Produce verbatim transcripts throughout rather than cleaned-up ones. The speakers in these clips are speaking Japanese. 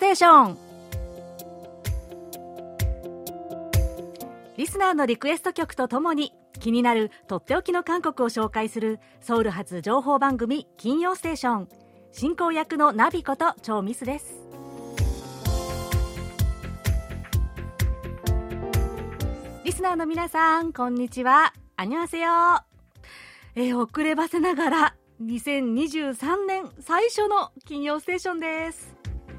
テーション。リスナーのリクエスト曲とともに気になるとっておきの韓国を紹介するソウル発情報番組金曜ステーション。進行役のナビことチョウミスです。リスナーの皆さん、こんにちは。アニョハセヨ。えー、遅ればせながらにせんにじゅうさんねん最初の金曜ステーションです。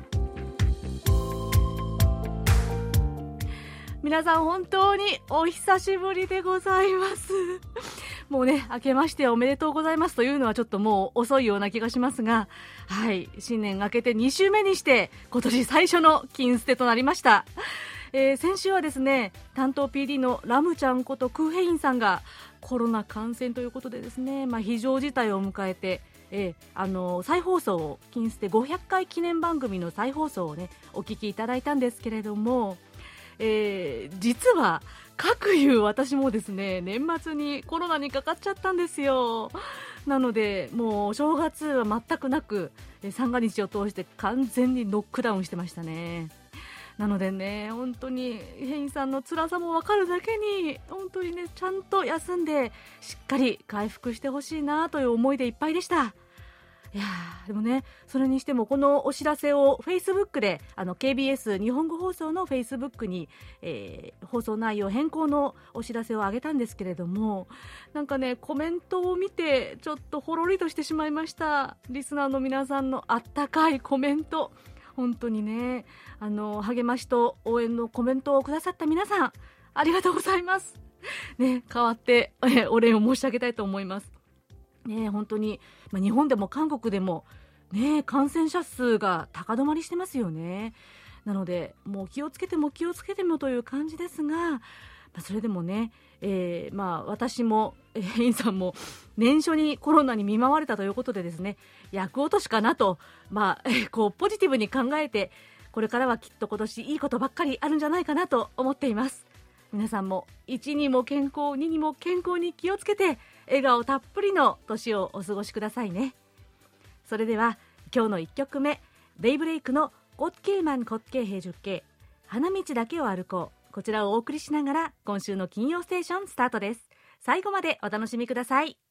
皆さん本当にお久しぶりでございます。もうね、明けましておめでとうございますというのはちょっともう遅いような気がしますが、はい、新年明けてに週目にして今年最初の金ステとなりました。えー、先週はですね、担当 ピーディー のラムちゃんことクーヘインさんがコロナ感染ということでですね、まあ、非常事態を迎えて、えー、あの再放送を金ステごひゃっかい記念番組の再放送をねお聞きいただいたんですけれども、えー、実は各有私もですね、年末にコロナにかかっちゃったんですよ。なのでもうお正月は全くなく、三が日を通して完全にノックダウンしてましたね。なのでね、本当にヘインさんの辛さも分かるだけに、本当にね、ちゃんと休んでしっかり回復してほしいなという思いでいっぱいでした。いやでもね、それにしてもこのお知らせを Facebook であの ケービーエス 日本語放送の Facebook に、えー、放送内容変更のお知らせを上げたんですけれども、なんかね、コメントを見てちょっとほろりとしてしまいました。リスナーの皆さんのあったかいコメント、本当にね、あの励ましと応援のコメントをくださった皆さん、ありがとうございます、ね、代わって、えお礼を申し上げたいと思います、ね、本当に、まあ、日本でも韓国でも、ね、感染者数が高止まりしてますよね。なのでもう気をつけても気をつけてもという感じですが、まあ、それでもね、えーまあ、私もヘインさんも年初にコロナに見舞われたということでですね、厄落としかなと、まあ、こうポジティブに考えて、これからはきっと今年いいことばっかりあるんじゃないかなと思っています。皆さんもいちにも健康、ににも健康に気をつけて、笑顔たっぷりの年をお過ごしくださいね。それでは今日のいっきょくめ、デイブレイクの꽃길만 걷게 해줄게、花道だけを歩こう、こちらをお送りしながら今週の金曜ステーションスタートです。最後までお楽しみください。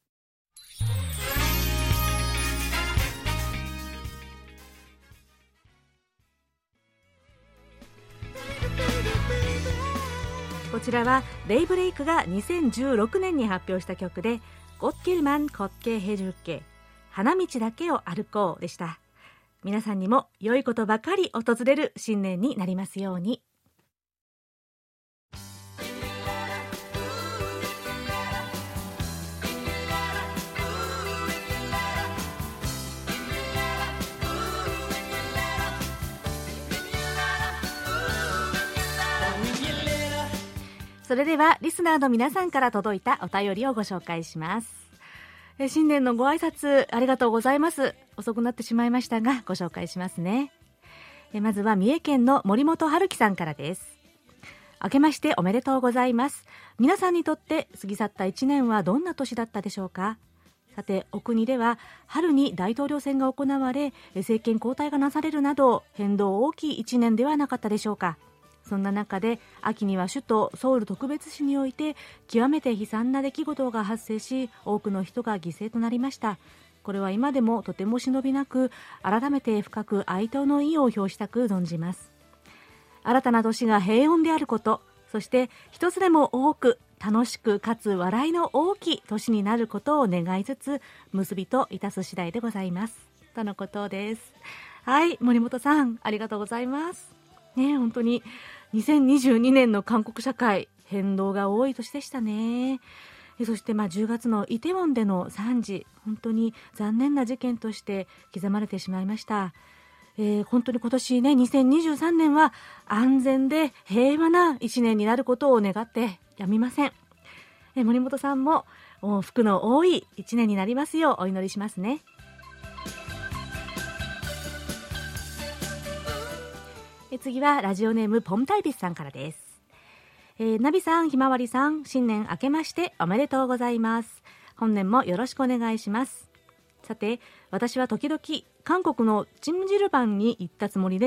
こちらはデイブレイクがにせんじゅうろくねんに発表した曲で、꽃길만 걷게 해줄게、花道だけを歩こうでした。皆さんにも良いことばかり訪れる新年になりますように。それではリスナーの皆さんから届いたお便りをご紹介します。え新年のご挨拶ありがとうございます。遅くなってしまいましたがご紹介しますね。えまずは三重県の森本春樹さんからです。明けましておめでとうございます。皆さんにとって過ぎ去ったいちねんはどんな年だったでしょうか。さて、お国では春に大統領選が行われ、政権交代がなされるなど変動大きいいちねんではなかったでしょうか。そんな中で秋には首都ソウル特別市において極めて悲惨な出来事が発生し、多くの人が犠牲となりました。これは今でもとても忍びなく、改めて深く哀悼の意を表したく存じます。新たな年が平穏であること、そして一つでも多く楽しくかつ笑いの大きい年になることを願いつつ結びといたす次第でございますとのことです。はい、森本さんありがとうございますね。本当ににせんにじゅうにねんの韓国社会、変動が多い年でしたね。そしてまあじゅうがつのイテウォンでの惨事、本当に残念な事件として刻まれてしまいました。えー、本当に今年ね、にせんにじゅうさんねんは安全で平和ないちねんになることを願ってやみません。えー、森本さんも福の多いいちねんになりますようお祈りしますね。え次はラジオネームポムタイビスさんからです。えー、ナビさん、ひまわりさん、新年明けましておめでとうございます。本年もよろしくお願いします。さて、私は時々韓国のチムジルバンに行ったつもりで、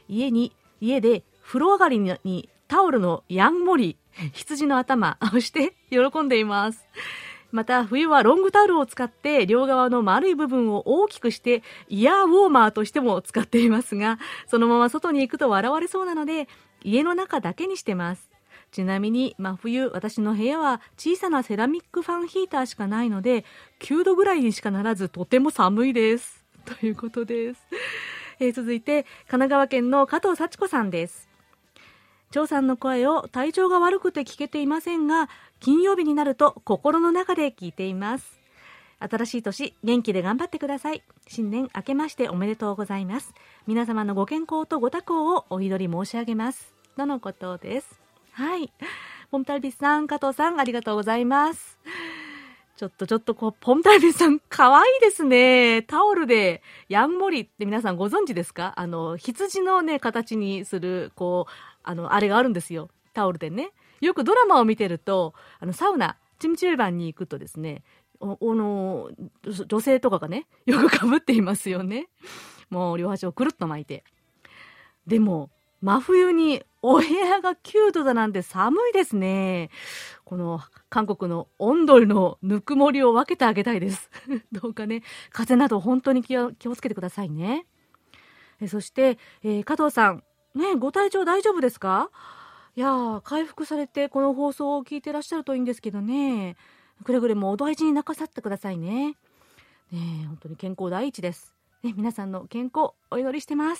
家に家で風呂上がりにタオルのヤンモリ、羊の頭をして喜んでいます。また冬はロングタオルを使って両側の丸い部分を大きくしてイヤーウォーマーとしても使っていますが、そのまま外に行くと笑われそうなので家の中だけにしてます。ちなみに真冬、私の部屋は小さなセラミックファンヒーターしかないのできゅうどぐらいにしかならず、とても寒いですということです。えー、続いて神奈川県の加藤幸子さんです。長さんの声を体調が悪くて聞けていませんが、金曜日になると心の中で聞いています。新しい年、元気で頑張ってください。新年明けましておめでとうございます。皆様のご健康とご多幸をお祈り申し上げますとのことです。はい、ポンタルビスさん、加藤さん、ありがとうございます。ちょっとちょっとこうポンタルビスさんかわいいですね。タオルでヤンモリって皆さんご存知ですか？あの羊のね形にするこうあのあれがあるんですよ、タオルでね。よくドラマを見てると、あのサウナチムチルバンに行くとですね、おおの女性とかがねよくかぶっていますよね。もう両端をくるっと巻いて。でも真冬にお部屋がきゅうどだなんて寒いですね。この韓国の温度のぬくもりを分けてあげたいですどうかね、風邪など本当に気を、気をつけてくださいね。えそして、えー、加藤さんね、ご体調大丈夫ですか？いやー、回復されてこの放送を聞いてらっしゃるといいんですけどね。くれぐれもお大事になかさってくださいね。ね、本当に健康第一です、ね、皆さんの健康お祈りしてます。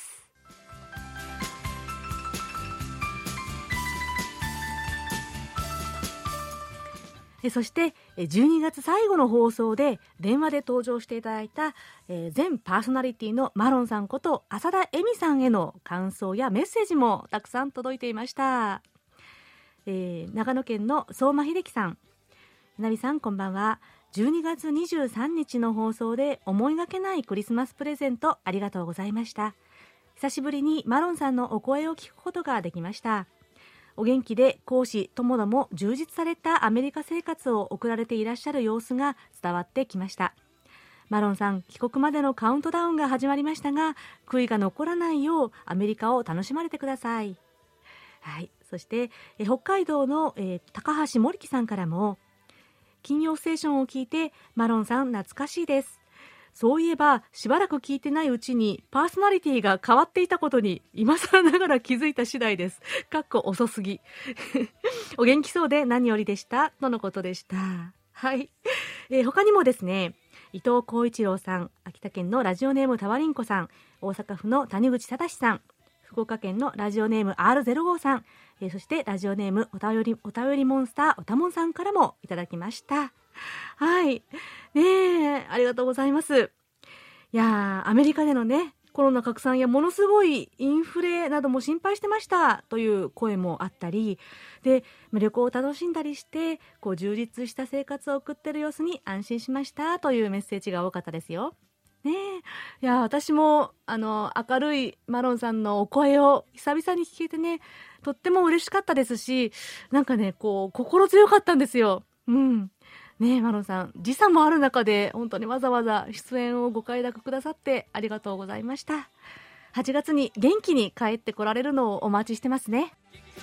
えそしてじゅうにがつ最後の放送で電話で登場していただいた、えー、前パーソナリティのマロンさんこと浅田恵美さんへの感想やメッセージもたくさん届いていました。えー、長野県の相馬秀樹さん、なみさんこんばんは。じゅうにがつにじゅうさんにちの放送で思いがけないクリスマスプレゼントありがとうございました。久しぶりにマロンさんのお声を聞くことができました。お元気で講師ともども充実されたアメリカ生活を送られていらっしゃる様子が伝わってきました。マロンさん、帰国までのカウントダウンが始まりましたが、悔いが残らないようアメリカを楽しまれてください。はい、そしてえ北海道の、えー、高橋森木さんからも、金曜ステーションを聞いてマロンさん懐かしいです。そういえばしばらく聞いてないうちにパーソナリティが変わっていたことに今更ながら気づいた次第です。かっこ遅すぎお元気そうで何よりでしたとのことでした。はい、えー、他にもですね、伊藤浩一郎さん、秋田県のラジオネームたわりんこさん、大阪府の谷口忠さん、福岡県のラジオネーム アールゼロご さん、えー、そしてラジオネームおたよりおたよりモンスターおたもんさんからもいただきました。はい、ねえ、ありがとうございます。いやー、アメリカでのねコロナ拡散やものすごいインフレなども心配してましたという声もあったりで、旅行を楽しんだりしてこう充実した生活を送っている様子に安心しましたというメッセージが多かったですよ。ねえ、いや私もあの明るいマロンさんのお声を久々に聞けてね、とっても嬉しかったですし、なんかねこう心強かったんですよ。うんねえ、マロンさん時差もある中で本当にわざわざ出演をご快諾くださってありがとうございました。はちがつに元気に帰ってこられるのをお待ちしてますね。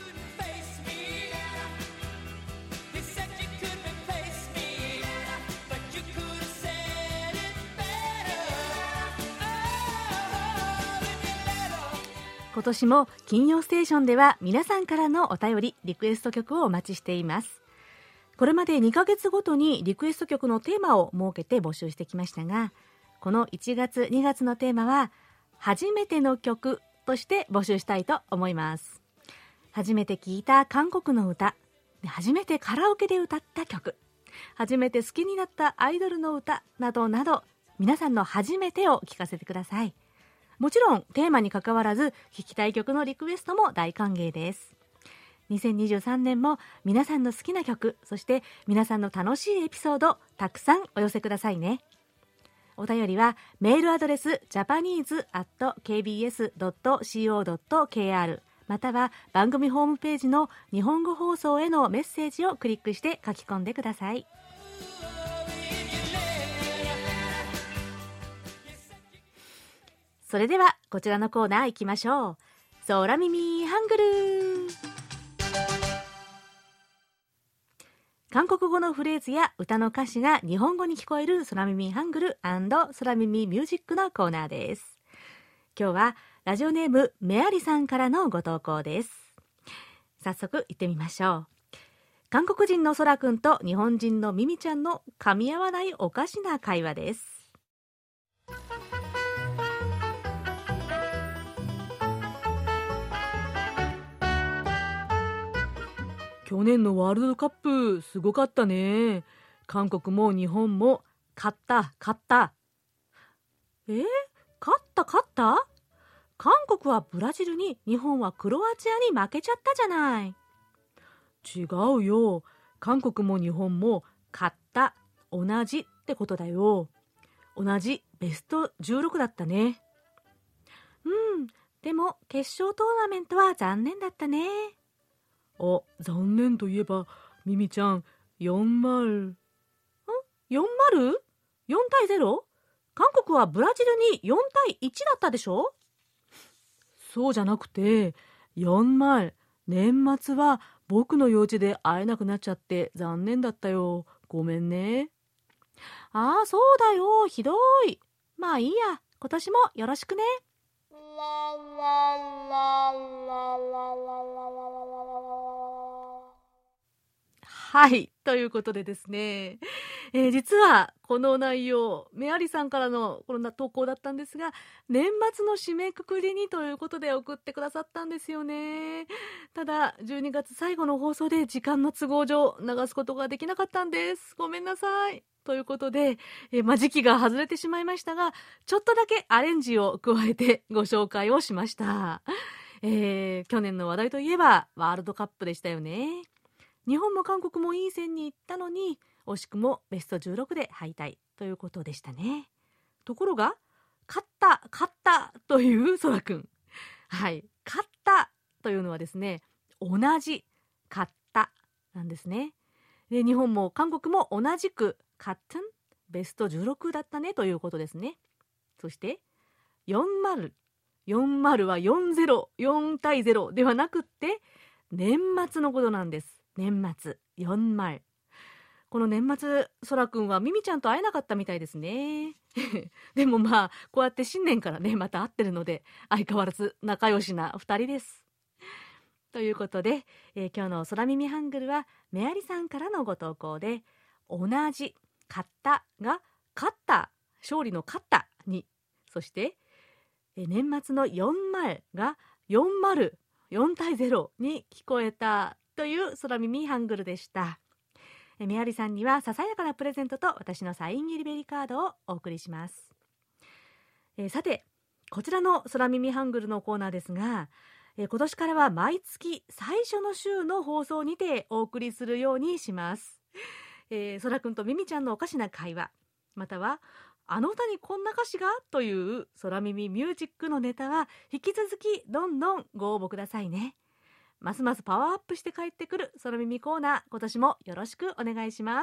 今年も金曜ステーションでは皆さんからのお便りリクエスト曲をお待ちしています。これまでにかげつごとにリクエスト曲のテーマを設けて募集してきましたが、このいちがつにがつのテーマは初めての曲として募集したいと思います。初めて聴いた韓国の歌、初めてカラオケで歌った曲、初めて好きになったアイドルの歌などなど、皆さんの初めてを聞かせてください。もちろんテーマに関わらず聴きたい曲のリクエストも大歓迎です。にせんにじゅうさんねんも皆さんの好きな曲、そして皆さんの楽しいエピソードたくさんお寄せくださいね。お便りはメールアドレス ジャパニーズ アット ケービーエス ドット シーオー ドット ケーアール または番組ホームページの日本語放送へのメッセージをクリックして書き込んでください。それではこちらのコーナー行きましょう。 空耳ハングル。韓国語のフレーズや歌の歌詞が日本語に聞こえる空耳ハングル&空耳ミュージックのコーナーです。今日はラジオネームメアリさんからのご投稿です。早速行ってみましょう。韓国人の空くんと日本人のミミちゃんの噛み合わないおかしな会話です。去年のワールドカップすごかったね。韓国も日本も勝った勝った。えー、勝った勝った？韓国はブラジルに、日本はクロアチアに負けちゃったじゃない。違うよ。韓国も日本も勝った、同じってことだよ。同じベストじゅうろくだったね。うん、でも決勝トーナメントは残念だったね。あ、残念といえばミミちゃん よんたいゼロ ん よんたいゼロ よんたいゼロ 韓国はブラジルによんたいいちだったでしょ。そうじゃなくてよんたい年末は僕の用事で会えなくなっちゃって残念だったよ。ごめんね。ああ、そうだよ、ひどい。まあいいや、今年もよろしくね。はい、ということでですね、えー、実はこの内容メアリさんからのこの投稿だったんですが、年末の締めくくりにということで送ってくださったんですよね。ただじゅうにがつ最後の放送で時間の都合上流すことができなかったんです。ごめんなさい。ということで、えーまあ、時期が外れてしまいましたが、ちょっとだけアレンジを加えてご紹介をしました。えー、去年の話題といえばワールドカップでしたよね。日本も韓国もいい線に行ったのに、惜しくもベストじゅうろくで敗退ということでしたね。ところが勝った勝ったという空くん、はい、勝ったというのはですね、同じ勝ったなんですね。で、日本も韓国も同じく勝ったんベストじゅうろくだったねということですね。そしてよんたいよんたいはよんたいゼロ よんたいゼロではなくって年末のことなんです。年末よんたい。この年末空くんはミミちゃんと会えなかったみたいですね。でもまあこうやって新年からねまた会ってるので、相変わらず仲良しなふたりです。ということで、えー、今日の空耳ハングルはメアリさんからのご投稿で、同じ勝ったが勝った勝利の勝ったに、そして、えー、年末のよんたいがよんたいよんたいゼロに聞こえたという空耳ハングルでした。えメアリさんにはささやかなプレゼントと私のサイン入りベリーカードをお送りします。えさて、こちらの空耳ハングルのコーナーですが、え今年からは毎月最初の週の放送にてお送りするようにします。えー、空くんとミミちゃんのおかしな会話、またはあの歌にこんな歌詞がという空耳ミュージックのネタは引き続きどんどんご応募くださいね。ますますパワーアップして帰ってくる空耳コーナー、今年もよろしくお願いします。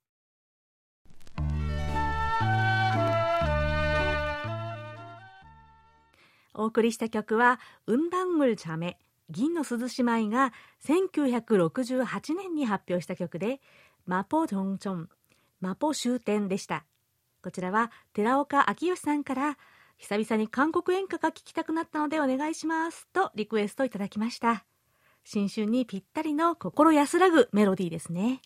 お送りした曲は은방울 자매銀の鈴姉妹がせんきゅうひゃくろくじゅうはちねんに発表した曲で、マポジョンチョン、マポ終点でした。こちらは寺岡明義さんから、久々に韓国演歌が聴きたくなったのでお願いしますとリクエストいただきました。新春にぴったりの心安らぐメロディーですね。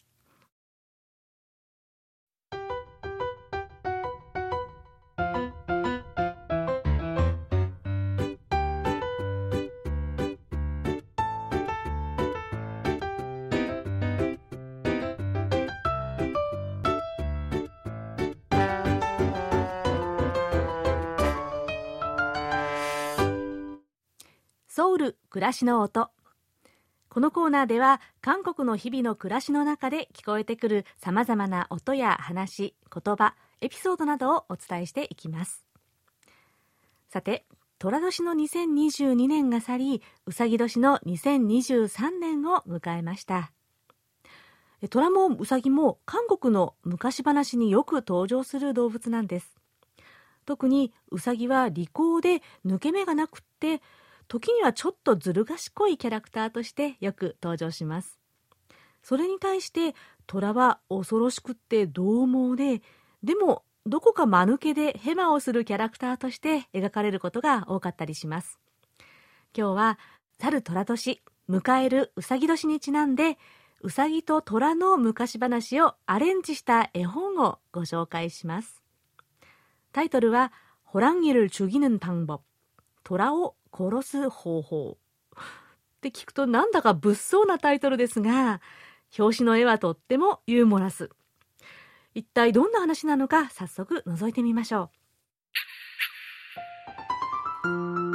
ソウル暮らしの音。このコーナーでは韓国の日々の暮らしの中で聞こえてくるさまざまな音や話、言葉、エピソードなどをお伝えしていきます。さて、寅年のにせんにじゅうにねんが去り、うさぎ年のにせんにじゅうさんねんを迎えました。虎もうさぎも韓国の昔話によく登場する動物なんです。特にうさぎは利口で抜け目がなくって、 時にはちょっとずる賢いキャラクターとしてよく登場します。それに対して虎は恐ろしくって獰猛で、でもどこか間抜けでヘマをするキャラクターとして描かれることが多かったりします。今日は去る虎年、迎えるうさぎ年にちなんで、うさぎと虎の昔話をアレンジした絵本をご紹介します。タイトルは호랑이를 죽이는 방법、虎を殺す方法って聞くとなんだか物騒なタイトルですが、表紙の絵はとってもユーモラス。一体どんな話なのか早速覗いてみましょう。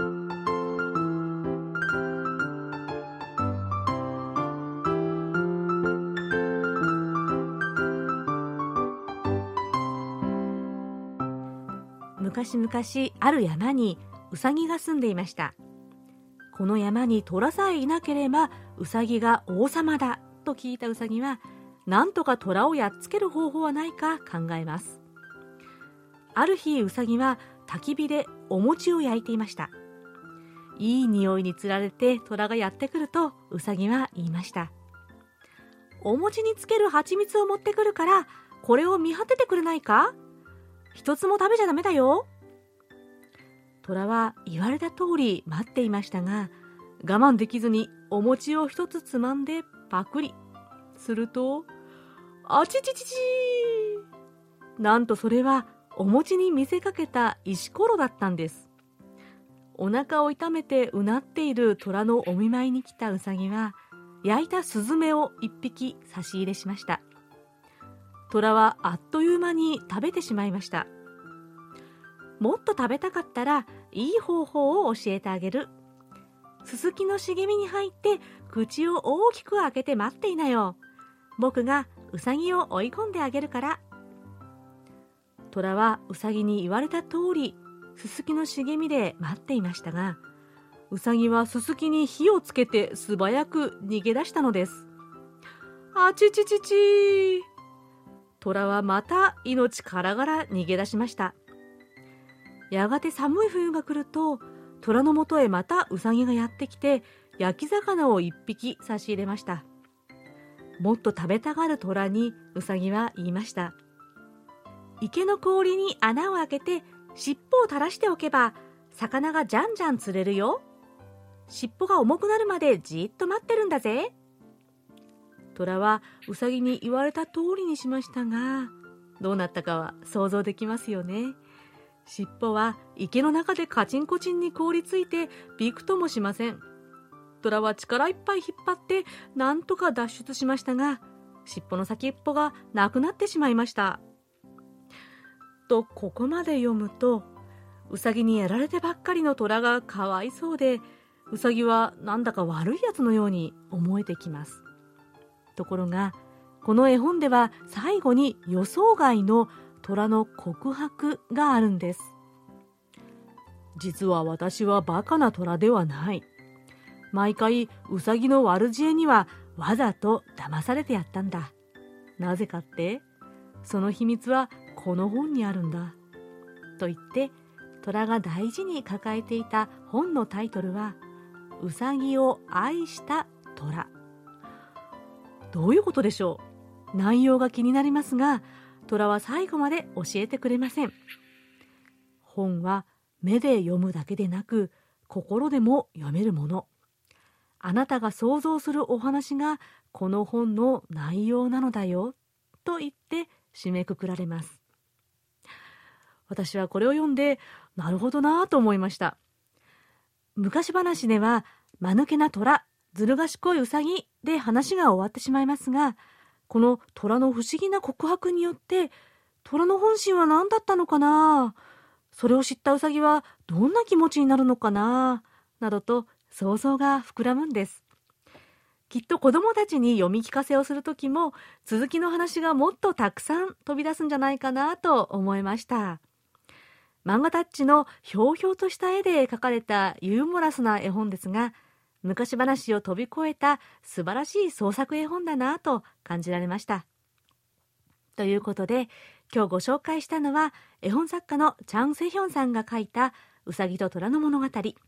昔々ある山にウサギが住んでいました。この山に虎さえいなければウサギが王様だと聞いたウサギは、なんとか虎をやっつける方法はないか考えます。ある日ウサギは焚き火でお餅を焼いていました。いい匂いにつられて虎がやってくるとウサギは言いました。お餅につける蜂蜜を持ってくるからこれを見張っててくれないか。一つも食べちゃダメだよ。虎は言われた通り待っていましたが、我慢できずにお餅を一つつまんでパクリ。すると、あちちちちー、なんとそれはお餅に見せかけた石ころだったんです。お腹を痛めてうなっている虎のお見舞いに来たウサギは、焼いたスズメを一匹差し入れしました。虎はあっという間に食べてしまいました。もっと食べたかったらいい方法を教えてあげる。ススキの茂みに入って口を大きく開けて待っていなよ。僕がウサギを追い込んであげるから。虎はウサギに言われた通りススキの茂みで待っていましたが、ウサギはススキに火をつけて素早く逃げ出したのです。あちちちちー。虎はまた命からがら逃げ出しました。やがて寒い冬が来ると、虎のもとへまたウサギがやってきて、焼き魚を一匹差し入れました。もっと食べたがる虎にウサギは言いました。池の氷に穴を開けて尻尾を垂らしておけば魚がじゃんじゃん釣れるよ。尻尾が重くなるまでじっと待ってるんだぜ。虎はウサギに言われた通りにしましたが、どうなったかは想像できますよね。尻尾は池の中でカチンコチンに凍りついてびくともしません。虎は力いっぱい引っ張ってなんとか脱出しましたが、尻尾の先っぽがなくなってしまいました。とここまで読むと、ウサギにやられてばっかりの虎がかわいそうで、ウサギはなんだか悪いやつのように思えてきます。ところがこの絵本では最後に予想外の虎の告白があるんです。実は私はバカな虎ではない。毎回ウサギの悪知恵にはわざと騙されてやったんだ。なぜかって、その秘密はこの本にあるんだ。と言って虎が大事に抱えていた本のタイトルはウサギを愛した虎。どういうことでしょう。内容が気になりますが、虎は最後まで教えてくれません。本は目で読むだけでなく心でも読めるもの。あなたが想像するお話がこの本の内容なのだよと言って締めくくられます。私はこれを読んでなるほどなぁと思いました。昔話では間抜けな虎、ずる賢いウサギで話が終わってしまいますが、この虎の不思議な告白によって虎の本心は何だったのかな、それを知ったウサギはどんな気持ちになるのかな、などと想像が膨らむんです。きっと子どもたちに読み聞かせをするときも続きの話がもっとたくさん飛び出すんじゃないかなと思いました。漫画タッチのひょうひょうとした絵で描かれたユーモラスな絵本ですが、昔話を飛び越えた素晴らしい創作絵本だなと感じられました。ということで今日ご紹介したのは絵本作家のチャン・セヒョンさんが書いたうさぎと虎の物語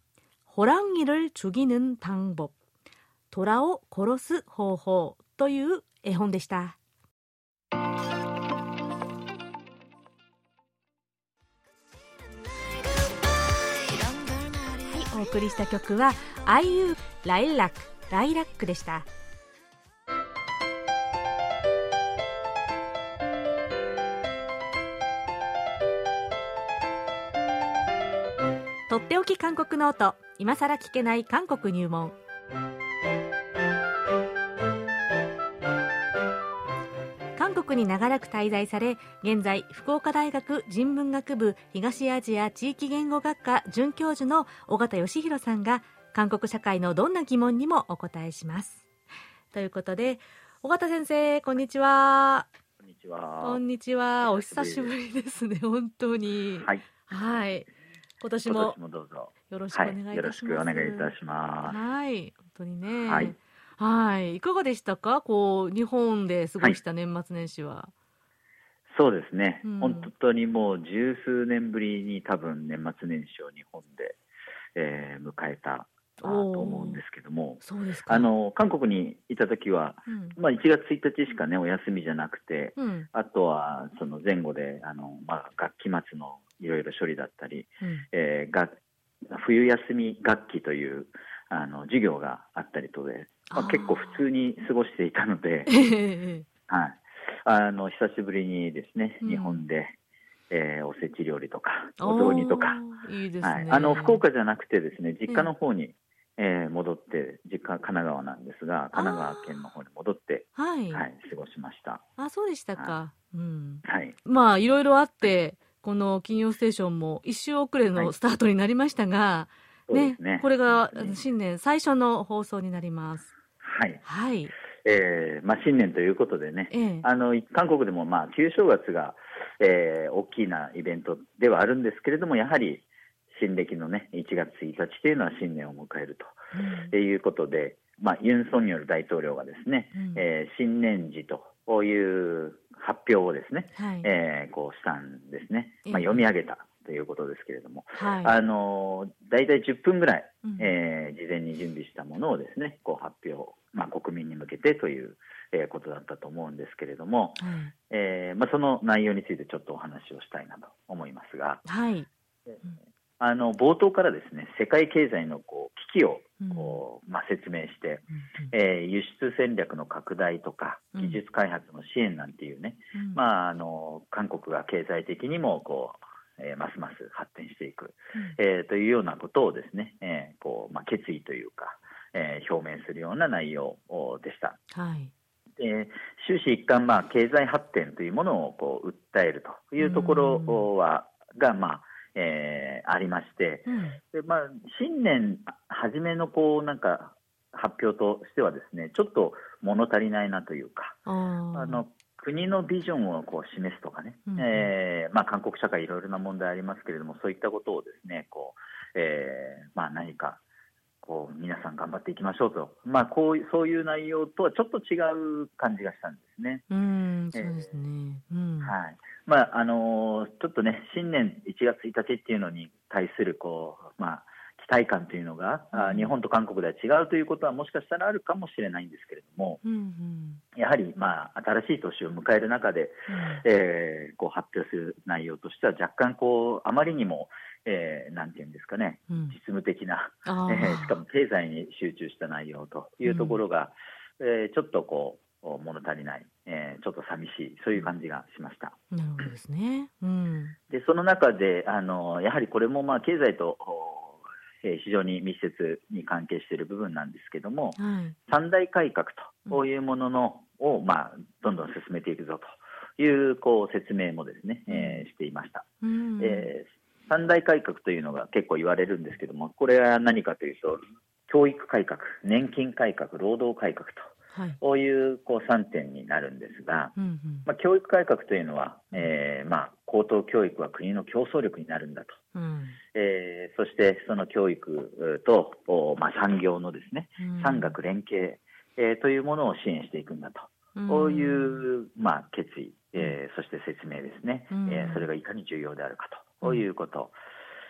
호랑이를 죽이는 방법, 도라を殺す方法という絵本でした。お送りした曲は アイユー ライラックライラックでした。とっておき韓国ノート、今さら聞けない韓国入門。韓国に長らく滞在され、現在福岡大学人文学部東アジア地域言語学科准教授の尾形義弘さんが韓国社会のどんな疑問にもお答えします。ということで、尾形先生、こんにちは。 こんにちは。 こんにちは。お久しぶりですね、本当に。 はい。 はい。今年もどうぞよろしくお願いいたします。はい、よろしくお願いいたします。 はい、本当にね。 はい。 はい、いかがでしたか、こう日本で過ごした年末年始は。はい、 そうですね、うん、本当にもう十数年ぶりに多分年末年始を日本で、えー、迎えたと思うんですけども、 そうですか。 あの韓国にいた時は、うん、まあ、いちがつついたちしかねお休みじゃなくて、うん、あとはその前後であの、まあ、学期末のいろいろ処理だったり、うん、えー、が冬休み学期というあの授業があったりとで、まあ、結構普通に過ごしていたので、はい、あの久しぶりにですね、日本で、うん、えー、おせち料理とかお雑煮とか、 いいですね。 はい、あの福岡じゃなくてですね、実家の方に、うんえー、戻って、実家神奈川なんですが、神奈川県の方に戻って、はいはい、過ごしました。 あ、そうでしたか。はい、うん、 はい、 まあいろいろあってこの金曜ステーションも一周遅れのスタートになりましたが、はいねね、これが新年最初の放送になります。 はい、 はいえーまあ、新年ということでね、えー、あの韓国でも、まあ、旧正月が、えー、大きなイベントではあるんですけれども、やはり新暦の、ね、いちがつついたちというのは新年を迎えるということで、うんまあ、ユン・ソンニョル大統領がですね、うんえー、新年時という発表をですね、はいえー、こうしたんですね、まあ、読み上げたということですけれども、はい、あのだいたいじゅっぷんぐらい、うんえー、事前に準備したものをですねこう発表、まあ、国民に向けてという、えー、ことだったと思うんですけれども、はいえーまあ、その内容についてちょっとお話をしたいなと思いますが、 はいえーあの冒頭からですね世界経済のこう危機をこう、うんまあ、説明して、うんえー、輸出戦略の拡大とか技術開発の支援なんていうね、うんまあ、あの韓国が経済的にもこう、えー、ますます発展していく、うんえー、というようなことをですね、えーこうまあ、決意というか、えー、表明するような内容でした。 はいで終始一貫、まあ、経済発展というものをこう訴えるというところは、うん、が、まあえー、ありまして、うんでまあ、新年初めのこうなんか発表としてはですねちょっと物足りないなというか、あの国のビジョンをこう示すとかね、うんえーまあ、韓国社会いろいろな問題ありますけれどもそういったことをですねこう、えーまあ、何かこう皆さん頑張っていきましょうと、まあ、こうそういう内容とはちょっと違う感じがしたんですね。 うんそうですね、えーうんはいまああのー、ちょっとね新年いちがつついたちっていうのに対するこう、まあ、期待感というのが、うん、日本と韓国では違うということはもしかしたらあるかもしれないんですけれども、うんうん、やはり、まあ、新しい年を迎える中で、うんえー、こう発表する内容としては若干こうあまりにもえー、なんていうんですかね、うん、実務的な、えー、しかも経済に集中した内容というところが、うんえー、ちょっとこう物足りない、えー、ちょっと寂しいそういう感じがしました。 なるほどですね、うん、 でその中であのやはりこれもまあ経済と、えー、非常に密接に関係している部分なんですけども、はい、三大改革というものの、うん、を、まあ、どんどん進めていくぞという、こう説明もですね、えー、していました。うんえー三大改革というのが結構言われるんですけども、これは何かというと教育改革、年金改革、労働改革と、はい、こういう、こうさんてんになるんですが、うんうんまあ、教育改革というのは、えーまあ、高等教育は国の競争力になるんだと、うんえー、そしてその教育と、まあ、産業のですね、うん、産学連携、えー、というものを支援していくんだと、うん、こういう、まあ、決意、えー、そして説明ですね、うんえー、それがいかに重要であるかとこういうこと、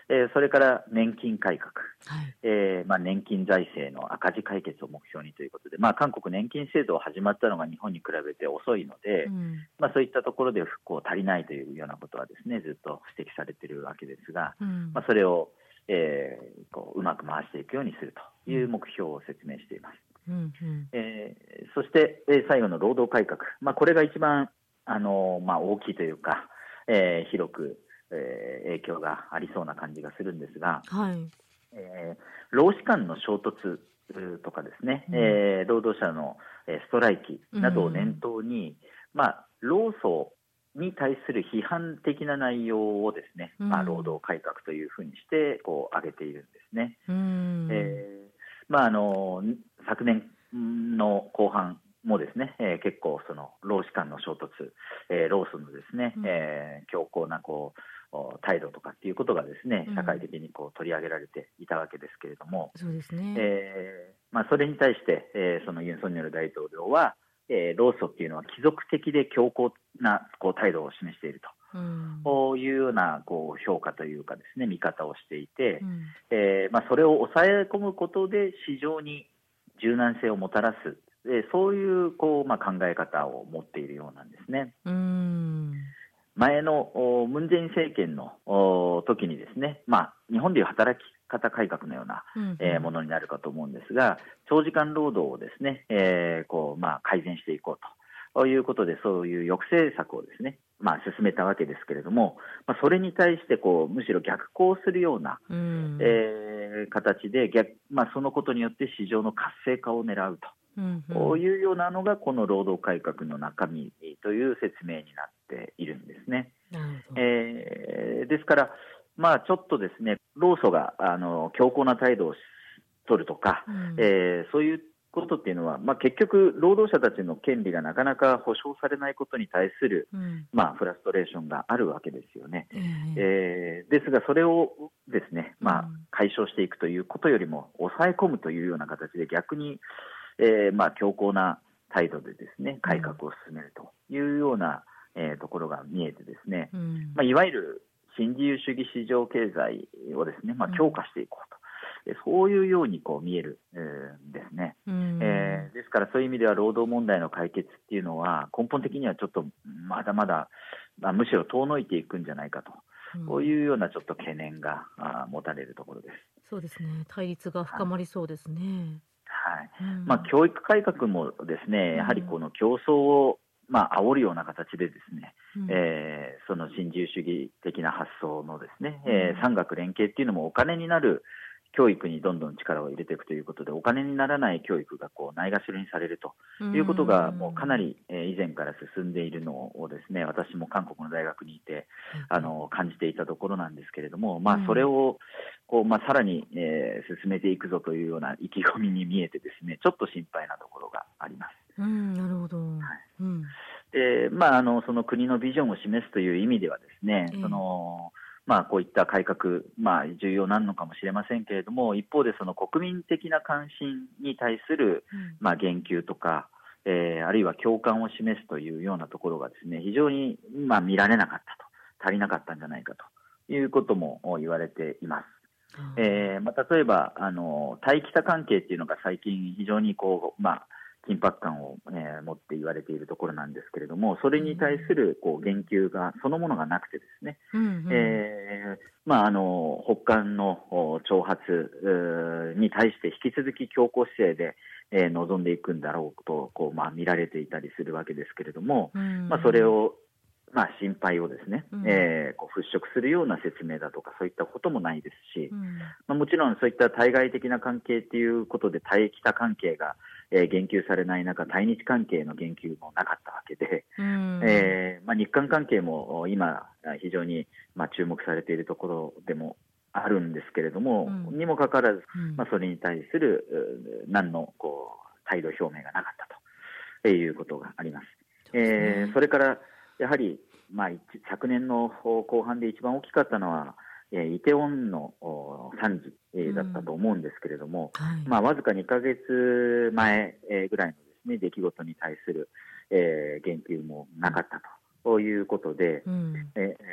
えー、それから年金改革、 はいえーまあ、年金財政の赤字解決を目標にということで、まあ、韓国年金制度が始まったのが日本に比べて遅いので、うんまあ、そういったところで復興足りないというようなことはですね、ずっと指摘されているわけですが、うんまあ、それを、えー、こううまく回していくようにするという目標を説明しています。うんうんえー、そして、えー、最後の労働改革、まあ、これが一番、あのーまあ、大きいというか、えー、広くえー、影響がありそうな感じがするんですが、はいえー、労使間の衝突とかですね、うんえー、労働者のストライキなどを念頭に、うんまあ、労組に対する批判的な内容をですね、うんまあ、労働改革というふうにしてこう挙げているんですね。うんえーまあ、あの昨年の後半もですね、えー、結構その労使間の衝突、えー、労組のですね、うんえー、強硬なこう態度とかっていうことがですね、社会的にこう取り上げられていたわけですけれども、 そうですねえーまあ、それに対して、えー、そのユン・ソンニョル大統領は、えー、労組っていうのは貴族的で強硬なこう態度を示していると、うん、こういうようなこう評価というかですね、見方をしていて、うんえーまあ、それを抑え込むことで市場に柔軟性をもたらす、えー、そういうこう、まあ、考え方を持っているようなんですね。うん前のムン・ジェイン政権の時にですね、まあ、日本でいう働き方改革のような、うんうんえー、ものになるかと思うんですが、長時間労働をですね、えーこうまあ、改善していこうということで、そういう抑制策をですね、まあ、進めたわけですけれども、まあ、それに対してこうむしろ逆行するような、うんえー、形で逆、まあ、そのことによって市場の活性化を狙うと。うんうん、こういうようなのがこの労働改革の中身という説明になっているんですね。えー、ですから、まあ、ちょっとですね、労組があの強硬な態度を取るとか、うんえー、そういうことっていうのは、まあ、結局、労働者たちの権利がなかなか保障されないことに対する、うんまあ、フラストレーションがあるわけですよね。えーえー、ですが、それをですね、まあ、解消していくということよりも、抑え込むというような形で逆にえーまあ、強硬な態度でですね改革を進めるというような、えー、ところが見えてですね、うんまあ、いわゆる新自由主義市場経済をですね、まあ、強化していこうと、うん、そういうようにこう見える、えー、ですね、うんえー、ですからそういう意味では労働問題の解決っていうのは根本的にはちょっとまだまだ、まあ、むしろ遠のいていくんじゃないかと、うん、こういうようなちょっと懸念が持たれるところです。 そうですね、対立が深まりそうですね。はいはいうんまあ、教育改革もですね、やはりこの競争を、まあ煽るような形でですね、うんえー、その新自由主義的な発想のですね、うんえー、産学連携っていうのもお金になる教育にどんどん力を入れていくということで、お金にならない教育がこうないがしろにされるということがもうかなり以前から進んでいるのをですね、私も韓国の大学にいてあの感じていたところなんですけれども、まあ、それをこう、まあ、さらに、えー、進めていくぞというような意気込みに見えてですね、ちょっと心配なところがあります。 うん、なるほど。はいうんでまあ、あのその国のビジョンを示すという意味ではですね、えー、そのまあ、こういった改革、まあ、重要なのかもしれませんけれども、一方でその国民的な関心に対する、まあ、言及とか、えー、あるいは共感を示すというようなところがですね、非常に、まあ、見られなかったと、足りなかったんじゃないかということも言われています。えーまあ、例えばあの対北関係というのが最近非常にこう、まあ、緊迫感を、えー、持って言われているところなんですけれども、それに対するこう言及がそのものがなくてですね、うんうんえーまあ、あの北韓の挑発に対して引き続き強硬姿勢で、えー、臨んでいくんだろうとこう、まあ、見られていたりするわけですけれども、うんまあ、それをまあ、心配をですね、うんえー、こう払拭するような説明だとかそういったこともないですし、うんまあ、もちろんそういった対外的な関係ということで対北関係が、えー、言及されない中、対日関係の言及もなかったわけで、うんえーまあ、日韓関係も今非常に、まあ、注目されているところでもあるんですけれども、うん、にもかかわらず、うんまあ、それに対する何のこう態度表明がなかったということがあります。そ、ねえー、それからやはり、まあ、昨年の後半で一番大きかったのは、えー、イテウォンの惨事、えー、だったと思うんですけれども、うんはいまあ、わずかにかげつまえ、えー、ぐらいのですね、出来事に対する、えー、言及もなかったということで、うんえ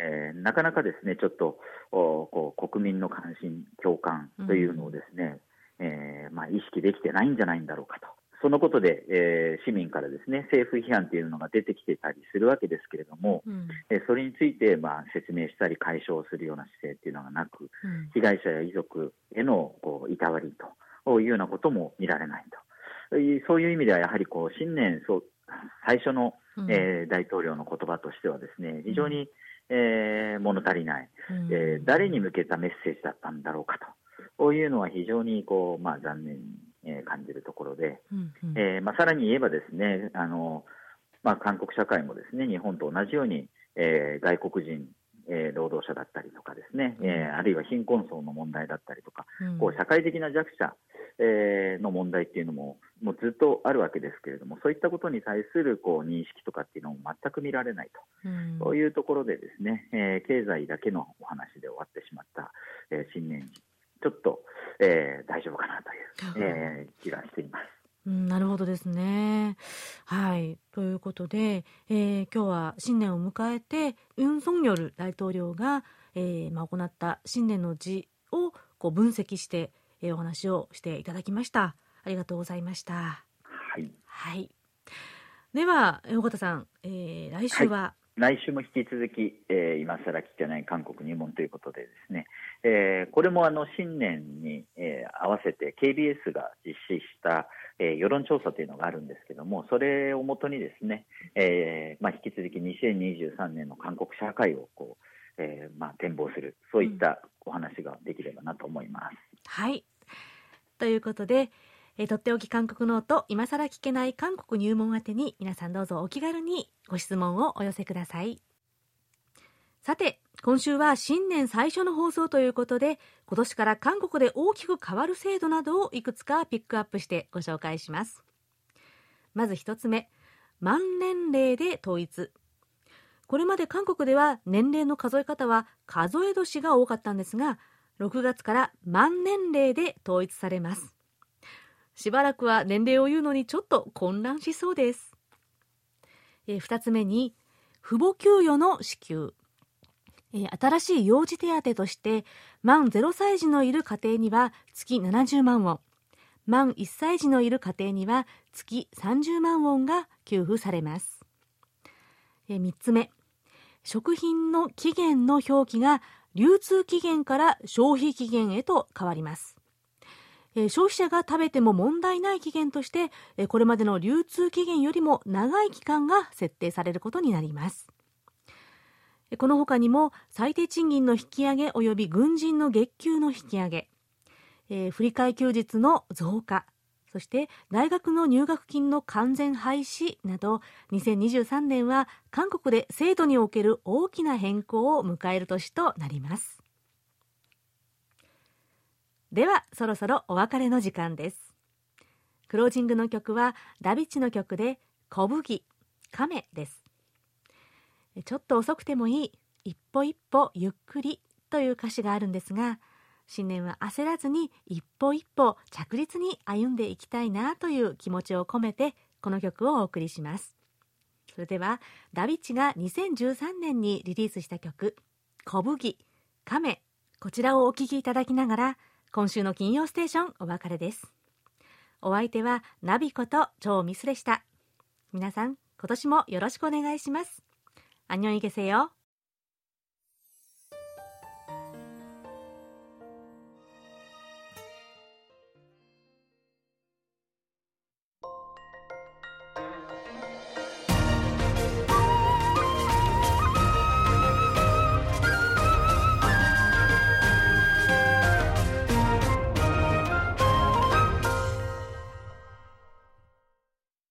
えー、なかなかですねちょっとこう国民の関心共感というのをですね、うんえーまあ、意識できてないんじゃないんだろうかと。そのことで、えー、市民からですね政府批判というのが出てきてたりするわけですけれども、うんえー、それについて、まあ、説明したり解消するような姿勢というのがなく、うん、被害者や遺族へのこういたわりというようなことも見られないと。そういう意味ではやはりこう新年そう最初の、うんえー、大統領の言葉としてはですね非常に、うんえー、物足りない、うんえー、誰に向けたメッセージだったんだろうかというのは非常にこう、まあ、残念にえー、感じるところで、うんうんえーまあ、さらに言えばですねあの、まあ、韓国社会もですね日本と同じように、えー、外国人、えー、労働者だったりとかですね、うんえー、あるいは貧困層の問題だったりとか、うん、こう社会的な弱者、えー、の問題っていうのも、もうずっとあるわけですけれどもそういったことに対するこう認識とかっていうのも全く見られないと、うん、そういうところでですね、えー、経済だけのお話で終わってしまった、えー、新年ちょっと、えー、大丈夫かなという、えー、気がしています。 うん、なるほどですね。はい。ということで、えー、今日は新年を迎えてユン・ソンニョル大統領が、えーまあ、行った新年の辞をこう分析して、えー、お話をしていただきました。ありがとうございました。 はい。 はい。では、尾形さん、えー、来週は、はい来週も引き続き、えー、今更聞けない韓国入門ということでですね、えー、これもあの新年に、えー、合わせて ケービーエス が実施した、えー、世論調査というのがあるんですけども、それをもとにですね、えーまあ、引き続きにせんにじゅうさんねんの韓国社会をこう、えーまあ、展望する、そういったお話ができればなと思います。うん、 はい。ということで、えー、とっておき韓国ノート今更聞けない韓国入門宛てに皆さんどうぞお気軽にご質問をお寄せください。さて今週は新年最初の放送ということで今年から韓国で大きく変わる制度などをいくつかピックアップしてご紹介します。まず一つ目、満年齢で統一。これまで韓国では年齢の数え方は数え年が多かったんですがろくがつから満年齢で統一されます。しばらくは年齢を言うのにちょっと混乱しそうです。えふたつめに父母給与の支給。え新しい幼児手当として満ゼロさい児のいる家庭には月ななじゅうまんウォン、満いっさい児のいる家庭には月さんじゅうまんウォンが給付されます。えみっつめ、食品の期限の表記が流通期限から消費期限へと変わります。消費者が食べても問題ない期限としてこれまでの流通期限よりも長い期間が設定されることになります。この他にも最低賃金の引き上げ及び軍人の月給の引き上げ、えー、振り替え休日の増加、そして大学の入学金の完全廃止などにせんにじゅうさんねんは韓国で制度における大きな変更を迎える年となります。ではそろそろお別れの時間です。クロージングの曲はダビッチの曲で小麦亀です。ちょっと遅くてもいい、一歩一歩ゆっくりという歌詞があるんですが、新年は焦らずに一歩一歩着実に歩んでいきたいなという気持ちを込めてこの曲をお送りします。それではダビッチがにせんじゅうさんねんにリリースした曲小麦亀、こちらをお聴きいただきながら今週の金曜ステーションお別れです。お相手はナビこと超ミスでした。皆さん今年もよろしくお願いします。안녕히 계세요。